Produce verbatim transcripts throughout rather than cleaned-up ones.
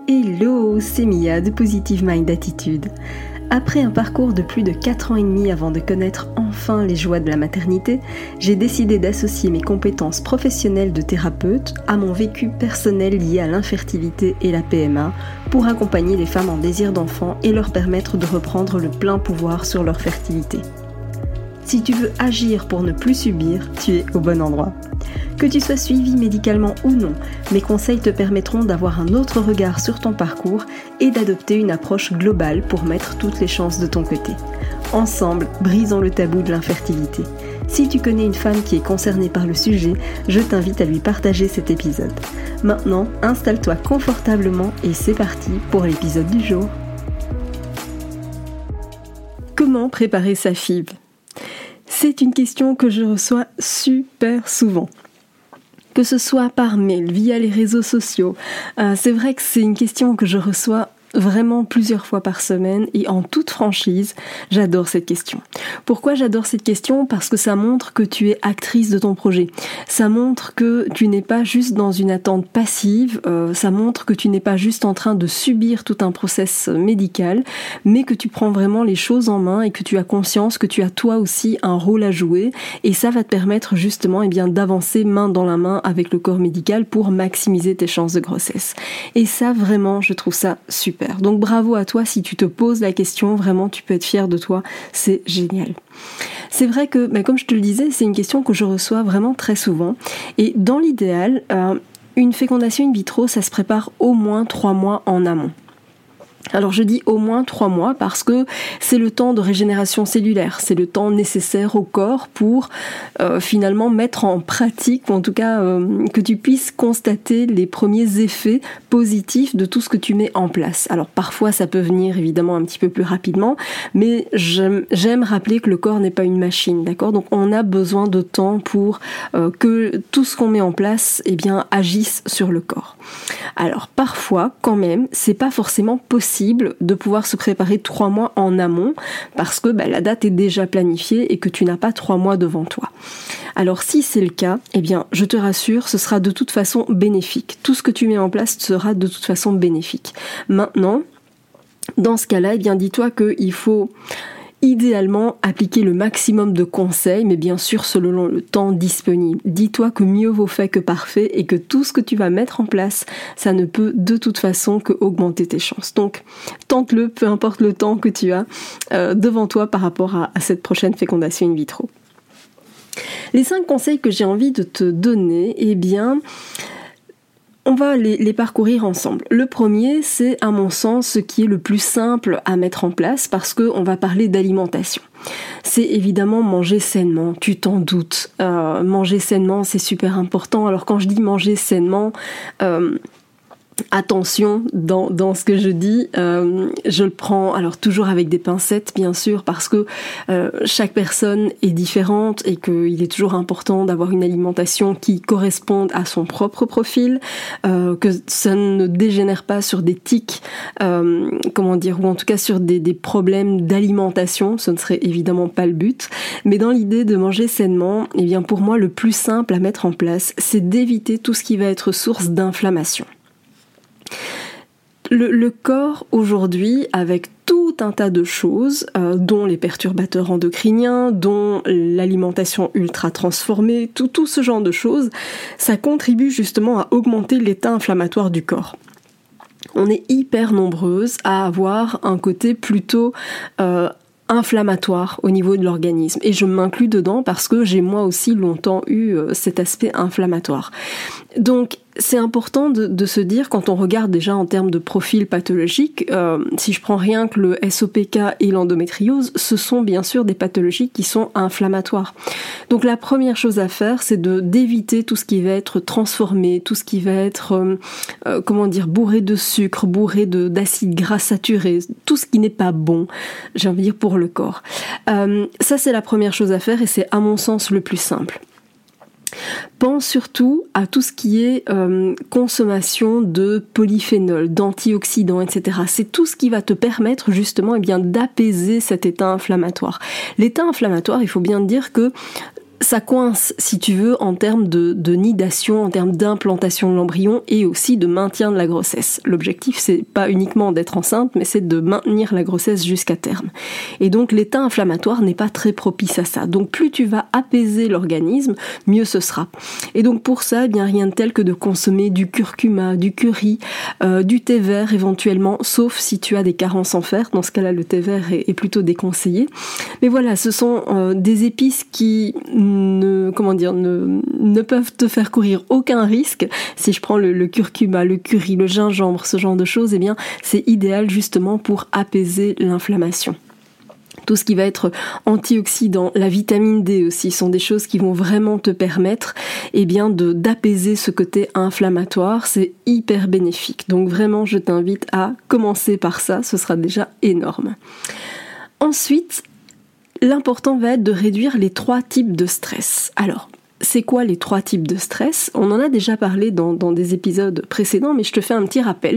Hello, c'est Mia de Positive Mind Attitude. Après un parcours de plus de quatre ans et demi avant de connaître enfin les joies de la maternité, j'ai décidé d'associer mes compétences professionnelles de thérapeute à mon vécu personnel lié à l'infertilité et la P M A pour accompagner les femmes en désir d'enfant et leur permettre de reprendre le plein pouvoir sur leur fertilité. Si tu veux agir pour ne plus subir, tu es au bon endroit. Que tu sois suivi médicalement ou non, mes conseils te permettront d'avoir un autre regard sur ton parcours et d'adopter une approche globale pour mettre toutes les chances de ton côté. Ensemble, brisons le tabou de l'infertilité. Si tu connais une femme qui est concernée par le sujet, je t'invite à lui partager cet épisode. Maintenant, installe-toi confortablement et c'est parti pour l'épisode du jour. Comment préparer sa F I V ? C'est une question que je reçois super souvent. Que ce soit par mail, via les réseaux sociaux, euh, c'est vrai que c'est une question que je reçois vraiment plusieurs fois par semaine et en toute franchise, j'adore cette question. Pourquoi j'adore cette question ? Parce que ça montre que tu es actrice de ton projet. Ça montre que tu n'es pas juste dans une attente passive, euh, ça montre que tu n'es pas juste en train de subir tout un process médical, mais que tu prends vraiment les choses en main et que tu as conscience que tu as toi aussi un rôle à jouer et ça va te permettre justement eh bien, d'avancer main dans la main avec le corps médical pour maximiser tes chances de grossesse. Et ça vraiment, je trouve ça super. Donc bravo à toi si tu te poses la question, vraiment tu peux être fier de toi, c'est génial. C'est vrai que, bah, comme je te le disais, c'est une question que je reçois vraiment très souvent et dans l'idéal, euh, une fécondation in vitro, ça se prépare au moins trois mois en amont. Alors je dis au moins trois mois parce que c'est le temps de régénération cellulaire, c'est le temps nécessaire au corps pour euh, finalement mettre en pratique, ou en tout cas euh, que tu puisses constater les premiers effets positifs de tout ce que tu mets en place. Alors parfois ça peut venir évidemment un petit peu plus rapidement, mais j'aime, j'aime rappeler que le corps n'est pas une machine, d'accord ? Donc on a besoin de temps pour euh, que tout ce qu'on met en place eh bien, agisse sur le corps. Alors parfois quand même, c'est pas forcément possible de pouvoir se préparer trois mois en amont parce que bah, la date est déjà planifiée et que tu n'as pas trois mois devant toi. Alors si c'est le cas, eh bien je te rassure, ce sera de toute façon bénéfique. Tout ce que tu mets en place sera de toute façon bénéfique. Maintenant, dans ce cas-là, eh bien dis-toi qu'il faut idéalement appliquer le maximum de conseils, mais bien sûr selon le temps disponible. Dis-toi que mieux vaut fait que parfait et que tout ce que tu vas mettre en place, ça ne peut de toute façon que augmenter tes chances. Donc tente-le, peu importe le temps que tu as euh, devant toi par rapport à, à cette prochaine fécondation in vitro. Les cinq conseils que j'ai envie de te donner, eh bien, on va les, les parcourir ensemble. Le premier, c'est à mon sens ce qui est le plus simple à mettre en place parce qu'on va parler d'alimentation. C'est évidemment manger sainement, tu t'en doutes. Euh, manger sainement, c'est super important. Alors quand je dis manger sainement, euh, attention dans, dans ce que je dis, euh, je le prends alors toujours avec des pincettes bien sûr parce que euh, chaque personne est différente et qu'il est toujours important d'avoir une alimentation qui corresponde à son propre profil, euh, que ça ne dégénère pas sur des tics, euh, comment dire, ou en tout cas sur des, des problèmes d'alimentation, ce ne serait évidemment pas le but, mais dans l'idée de manger sainement, eh bien pour moi le plus simple à mettre en place, c'est d'éviter tout ce qui va être source d'inflammation. Le, le corps aujourd'hui, avec tout un tas de choses, euh, dont les perturbateurs endocriniens, dont l'alimentation ultra transformée, tout, tout ce genre de choses, ça contribue justement à augmenter l'état inflammatoire du corps. On est hyper nombreuses à avoir un côté plutôt euh, inflammatoire au niveau de l'organisme et je m'inclus dedans parce que j'ai moi aussi longtemps eu euh, cet aspect inflammatoire. Donc c'est important de, de se dire, quand on regarde déjà en termes de profil pathologique, euh, si je prends rien que le S O P K et l'endométriose, ce sont bien sûr des pathologies qui sont inflammatoires. Donc la première chose à faire, c'est de d'éviter tout ce qui va être transformé, tout ce qui va être, euh, euh, comment dire, bourré de sucre, bourré de, d'acides gras saturés, tout ce qui n'est pas bon, j'ai envie de dire, pour le corps. Euh, ça, c'est la première chose à faire et c'est à mon sens le plus simple. Pense surtout à tout ce qui est euh, consommation de polyphénols, d'antioxydants, et cetera. C'est tout ce qui va te permettre justement eh bien, d'apaiser cet état inflammatoire. L'état inflammatoire, il faut bien dire que ça coince, si tu veux, en termes de, de nidation, en termes d'implantation de l'embryon et aussi de maintien de la grossesse. L'objectif, c'est pas uniquement d'être enceinte, mais c'est de maintenir la grossesse jusqu'à terme. Et donc, l'état inflammatoire n'est pas très propice à ça. Donc, plus tu vas apaiser l'organisme, mieux ce sera. Et donc, pour ça, eh bien, rien de tel que de consommer du curcuma, du curry, euh, du thé vert éventuellement, sauf si tu as des carences en fer. Dans ce cas-là, le thé vert est, est plutôt déconseillé. Mais voilà, ce sont euh, des épices qui ne, comment dire, ne, ne peuvent te faire courir aucun risque. Si je prends le, le curcuma, le curry, le gingembre, ce genre de choses, eh bien, c'est idéal justement pour apaiser l'inflammation. Tout ce qui va être antioxydant, la vitamine D aussi, sont des choses qui vont vraiment te permettre, eh bien, de, d'apaiser ce côté inflammatoire. C'est hyper bénéfique. Donc vraiment, je t'invite à commencer par ça. Ce sera déjà énorme. Ensuite, l'important va être de réduire les trois types de stress. Alors, c'est quoi les trois types de stress ? On en a déjà parlé dans, dans des épisodes précédents, mais je te fais un petit rappel.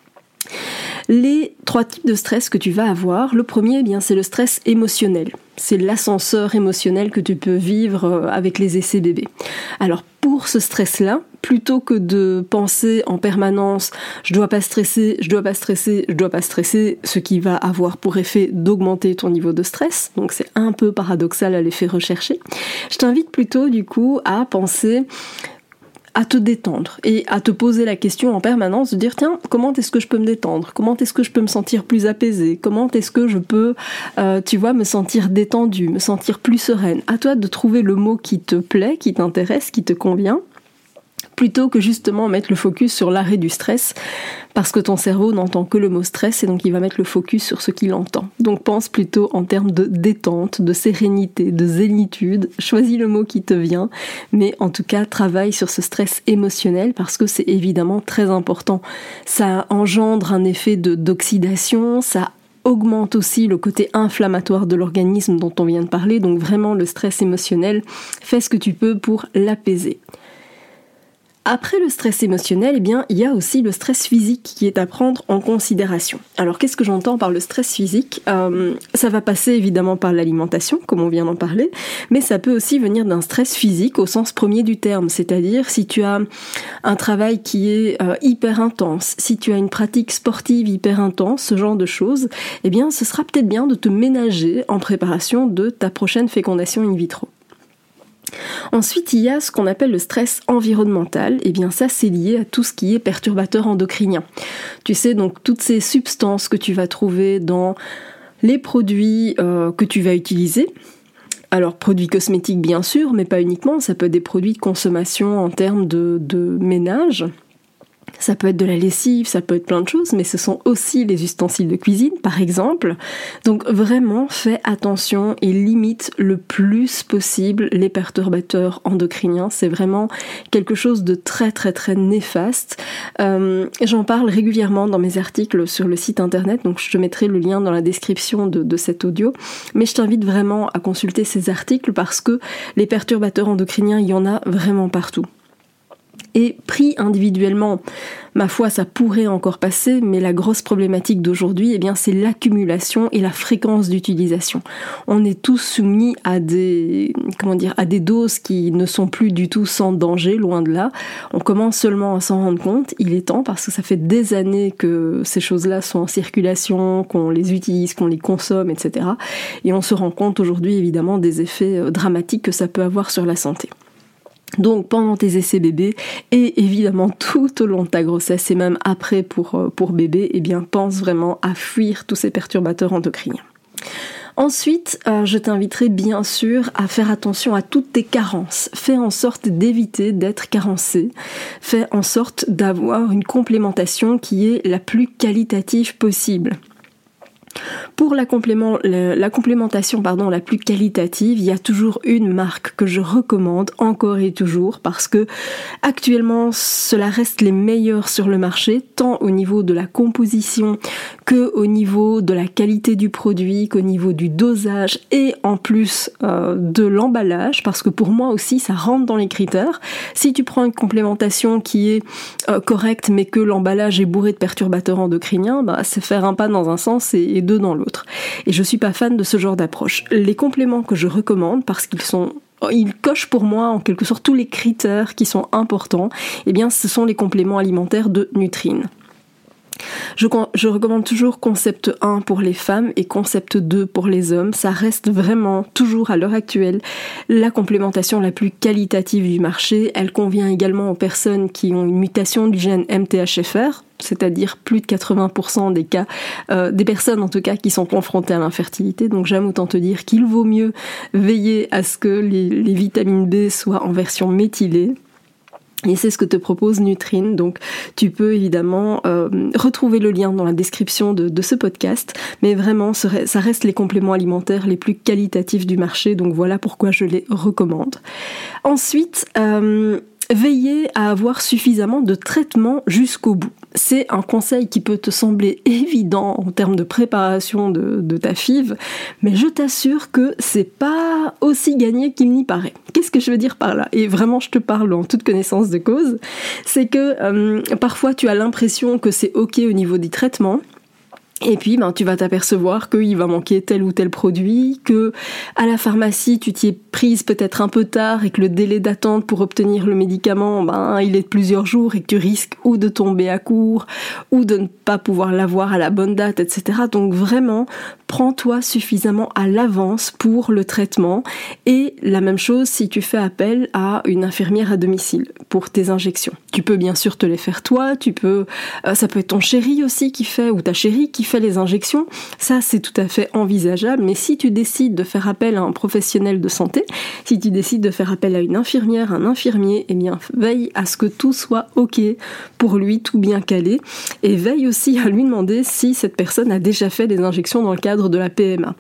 Les trois types de stress que tu vas avoir, le premier, eh bien, c'est le stress émotionnel. C'est l'ascenseur émotionnel que tu peux vivre avec les essais bébés. Alors, pour ce stress-là, plutôt que de penser en permanence « je dois pas stresser, je dois pas stresser, je dois pas stresser », ce qui va avoir pour effet d'augmenter ton niveau de stress, donc c'est un peu paradoxal à l'effet recherché, je t'invite plutôt du coup à penser à te détendre et à te poser la question en permanence de dire tiens, comment est-ce que je peux me détendre ? Comment est-ce que je peux me sentir plus apaisée ? Comment est-ce que je peux, euh, tu vois, me sentir détendue, me sentir plus sereine ? À toi de trouver le mot qui te plaît, qui t'intéresse, qui te convient, plutôt que justement mettre le focus sur l'arrêt du stress, parce que ton cerveau n'entend que le mot stress et donc il va mettre le focus sur ce qu'il entend. Donc pense plutôt en termes de détente, de sérénité, de zénitude, choisis le mot qui te vient, mais en tout cas travaille sur ce stress émotionnel parce que c'est évidemment très important. Ça engendre un effet de, d'oxydation, ça augmente aussi le côté inflammatoire de l'organisme dont on vient de parler, donc vraiment le stress émotionnel, fais ce que tu peux pour l'apaiser. Après le stress émotionnel, eh bien, il y a aussi le stress physique qui est à prendre en considération. Alors, qu'est-ce que j'entends par le stress physique ? euh, Ça va passer évidemment par l'alimentation, comme on vient d'en parler, mais ça peut aussi venir d'un stress physique au sens premier du terme, c'est-à-dire si tu as un travail qui est euh, hyper intense, si tu as une pratique sportive hyper intense, ce genre de choses, eh bien, ce sera peut-être bien de te ménager en préparation de ta prochaine fécondation in vitro. Ensuite, il y a ce qu'on appelle le stress environnemental. Et bien ça, c'est lié à tout ce qui est perturbateur endocrinien. Tu sais, donc toutes ces substances que tu vas trouver dans les produits euh, que tu vas utiliser. Alors, produits cosmétiques bien sûr, mais pas uniquement. Ça peut être des produits de consommation en termes de, de ménage. Ça peut être de la lessive, ça peut être plein de choses, mais ce sont aussi les ustensiles de cuisine, par exemple. Donc vraiment, fais attention et limite le plus possible les perturbateurs endocriniens. C'est vraiment quelque chose de très très très néfaste. Euh, j'en parle régulièrement dans mes articles sur le site internet, donc je te mettrai le lien dans la description de, de cet audio. Mais je t'invite vraiment à consulter ces articles parce que les perturbateurs endocriniens, il y en a vraiment partout. Et pris individuellement, ma foi, ça pourrait encore passer, mais la grosse problématique d'aujourd'hui, eh bien, c'est l'accumulation et la fréquence d'utilisation. On est tous soumis à des, comment dire, à des doses qui ne sont plus du tout sans danger, loin de là. On commence seulement à s'en rendre compte. Il est temps parce que ça fait des années que ces choses-là sont en circulation, qu'on les utilise, qu'on les consomme, et cetera. Et on se rend compte aujourd'hui, évidemment, des effets dramatiques que ça peut avoir sur la santé. Donc pendant tes essais bébés et évidemment tout au long de ta grossesse et même après pour, pour bébé, eh bien pense vraiment à fuir tous ces perturbateurs endocriniens. Ensuite, euh, je t'inviterai bien sûr à faire attention à toutes tes carences. Fais en sorte d'éviter d'être carencé. Fais en sorte d'avoir une complémentation qui est la plus qualitative possible. Pour la, complément, la, la complémentation pardon, la plus qualitative, il y a toujours une marque que je recommande encore et toujours parce que actuellement cela reste les meilleurs sur le marché, tant au niveau de la composition que au niveau de la qualité du produit, qu'au niveau du dosage et en plus euh, de l'emballage, parce que pour moi aussi ça rentre dans les critères. Si tu prends une complémentation qui est euh, correcte mais que l'emballage est bourré de perturbateurs endocriniens, bah, c'est faire un pas dans un sens et, et deux dans l'autre. Et je suis pas fan de ce genre d'approche. Les compléments que je recommande, parce qu'ils sont il coche pour moi en quelque sorte tous les critères qui sont importants, eh bien ce sont les compléments alimentaires de Nutrine. Je, je recommande toujours concept un pour les femmes et concept deux pour les hommes. Ça reste vraiment, toujours à l'heure actuelle, la complémentation la plus qualitative du marché. Elle convient également aux personnes qui ont une mutation du gène M T H F R, c'est-à-dire plus de quatre-vingts pour cent des cas, euh, des personnes en tout cas qui sont confrontées à l'infertilité. Donc j'aime autant te dire qu'il vaut mieux veiller à ce que les, les vitamines B soient en version méthylée. Et c'est ce que te propose Nutrine. Donc tu peux évidemment euh, retrouver le lien dans la description de, de ce podcast, mais vraiment ça reste les compléments alimentaires les plus qualitatifs du marché, donc voilà pourquoi je les recommande. Ensuite, euh, veillez à avoir suffisamment de traitements jusqu'au bout. C'est un conseil qui peut te sembler évident en termes de préparation de, de ta F I V, mais je t'assure que c'est pas aussi gagné qu'il n'y paraît. Qu'est-ce que je veux dire par là ? Et vraiment, je te parle en toute connaissance de cause. C'est que euh, parfois, tu as l'impression que c'est OK au niveau des traitements. Et puis, ben, tu vas t'apercevoir qu'il va manquer tel ou tel produit, que à la pharmacie, tu t'y es prise peut-être un peu tard et que le délai d'attente pour obtenir le médicament, ben, il est de plusieurs jours et que tu risques ou de tomber à court ou de ne pas pouvoir l'avoir à la bonne date, et cetera. Donc vraiment, prends-toi suffisamment à l'avance pour le traitement. Et la même chose si tu fais appel à une infirmière à domicile pour tes injections. Tu peux bien sûr te les faire toi, tu peux, euh, ça peut être ton chéri aussi qui fait, ou ta chérie qui fait les injections, ça c'est tout à fait envisageable, mais si tu décides de faire appel à un professionnel de santé, si tu décides de faire appel à une infirmière, un infirmier, eh bien veille à ce que tout soit ok pour lui, tout bien calé, et veille aussi à lui demander si cette personne a déjà fait des injections dans le cadre de la P M A.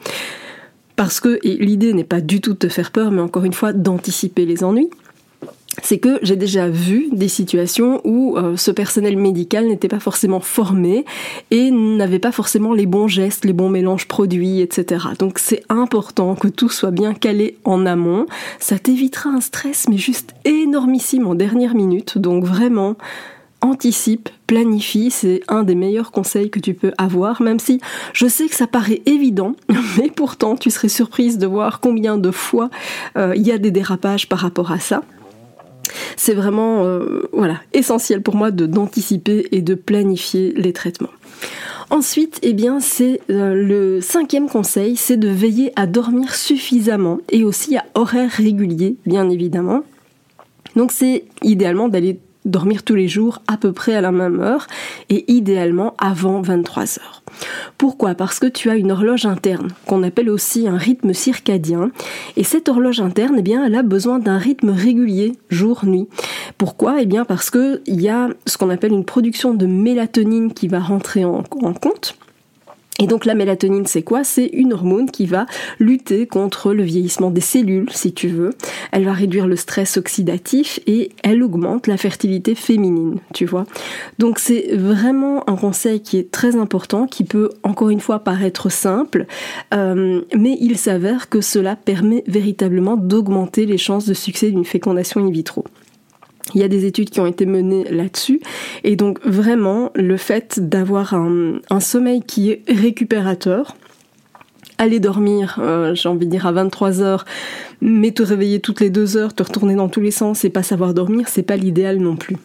Parce que, et l'idée n'est pas du tout de te faire peur, mais encore une fois d'anticiper les ennuis, c'est que j'ai déjà vu des situations où euh, ce personnel médical n'était pas forcément formé et n'avait pas forcément les bons gestes, les bons mélanges produits, et cetera. Donc c'est important que tout soit bien calé en amont. Ça t'évitera un stress, mais juste énormissime en dernière minute. Donc vraiment, anticipe, planifie, c'est un des meilleurs conseils que tu peux avoir, même si je sais que ça paraît évident, mais pourtant tu serais surprise de voir combien de fois euh, il y a des dérapages par rapport à ça. C'est vraiment euh, voilà, essentiel pour moi de, d'anticiper et de planifier les traitements. Ensuite, eh bien, c'est euh, le cinquième conseil, c'est de veiller à dormir suffisamment et aussi à horaires réguliers, bien évidemment. Donc c'est idéalement d'aller dormir tous les jours à peu près à la même heure et idéalement avant vingt-trois heures. Pourquoi ? Parce que tu as une horloge interne qu'on appelle aussi un rythme circadien et cette horloge interne, eh bien, elle a besoin d'un rythme régulier jour-nuit. Pourquoi ? Eh bien, parce que il y a ce qu'on appelle une production de mélatonine qui va rentrer en, en compte. Et donc la mélatonine, c'est quoi ? C'est une hormone qui va lutter contre le vieillissement des cellules, si tu veux. Elle va réduire le stress oxydatif et elle augmente la fertilité féminine, tu vois. Donc c'est vraiment un conseil qui est très important, qui peut encore une fois paraître simple, euh, mais il s'avère que cela permet véritablement d'augmenter les chances de succès d'une fécondation in vitro. Il y a des études qui ont été menées là-dessus et donc vraiment le fait d'avoir un, un sommeil qui est récupérateur, aller dormir, euh, j'ai envie de dire à vingt-trois heures, mais te réveiller toutes les deux heures, te retourner dans tous les sens et pas savoir dormir, c'est pas l'idéal non plus.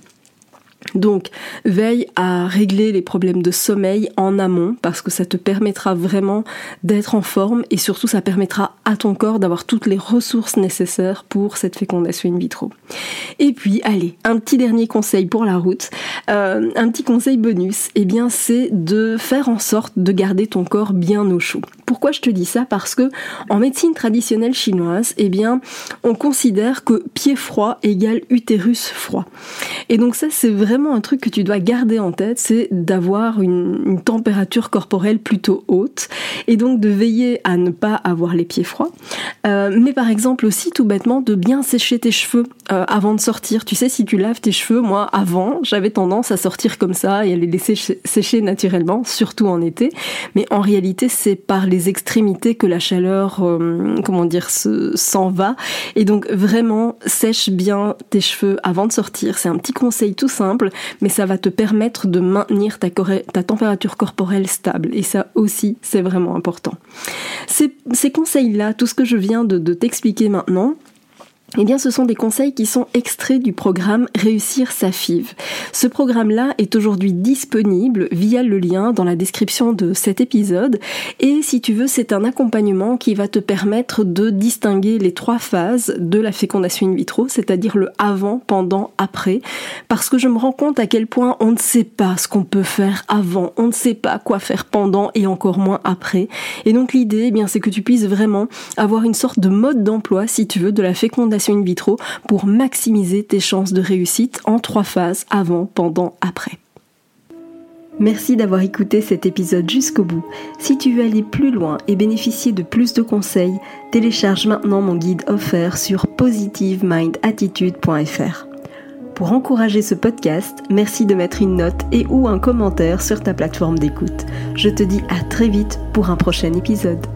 Donc, veille à régler les problèmes de sommeil en amont parce que ça te permettra vraiment d'être en forme et surtout ça permettra à ton corps d'avoir toutes les ressources nécessaires pour cette fécondation in vitro. Et puis, allez, un petit dernier conseil pour la route, euh, un petit conseil bonus, eh bien c'est de faire en sorte de garder ton corps bien au chaud. Pourquoi je te dis ça ? Parce que en médecine traditionnelle chinoise, eh bien, on considère que pied froid égale utérus froid. Et donc ça, c'est vraiment un truc que tu dois garder en tête, c'est d'avoir une, une température corporelle plutôt haute et donc de veiller à ne pas avoir les pieds froids. Euh, mais par exemple aussi, tout bêtement, de bien sécher tes cheveux euh, avant de sortir. Tu sais, si tu laves tes cheveux, moi, avant, j'avais tendance à sortir comme ça et à les laisser sécher naturellement, surtout en été. Mais en réalité, c'est par les extrémités que la chaleur, euh, comment dire, se, s'en va. Et donc vraiment, sèche bien tes cheveux avant de sortir. C'est un petit conseil tout simple, mais ça va te permettre de maintenir ta, coré- ta température corporelle stable. Et ça aussi, c'est vraiment important. Ces, ces conseils-là, tout ce que je viens de, de t'expliquer maintenant, Eh bien, ce sont des conseils qui sont extraits du programme Réussir sa F I V. Ce programme-là est aujourd'hui disponible via le lien dans la description de cet épisode. Et si tu veux, c'est un accompagnement qui va te permettre de distinguer les trois phases de la fécondation in vitro, c'est-à-dire le avant, pendant, après. Parce que je me rends compte à quel point on ne sait pas ce qu'on peut faire avant, on ne sait pas quoi faire pendant et encore moins après. Et donc l'idée, eh bien, c'est que tu puisses vraiment avoir une sorte de mode d'emploi, si tu veux, de la fécondation in vitro pour maximiser tes chances de réussite en trois phases, avant, pendant, après. Merci d'avoir écouté cet épisode jusqu'au bout. Si tu veux aller plus loin et bénéficier de plus de conseils, télécharge maintenant mon guide offert sur positive mind attitude point f r. Pour encourager ce podcast, merci de mettre une note et ou un commentaire sur ta plateforme d'écoute. Je te dis à très vite pour un prochain épisode.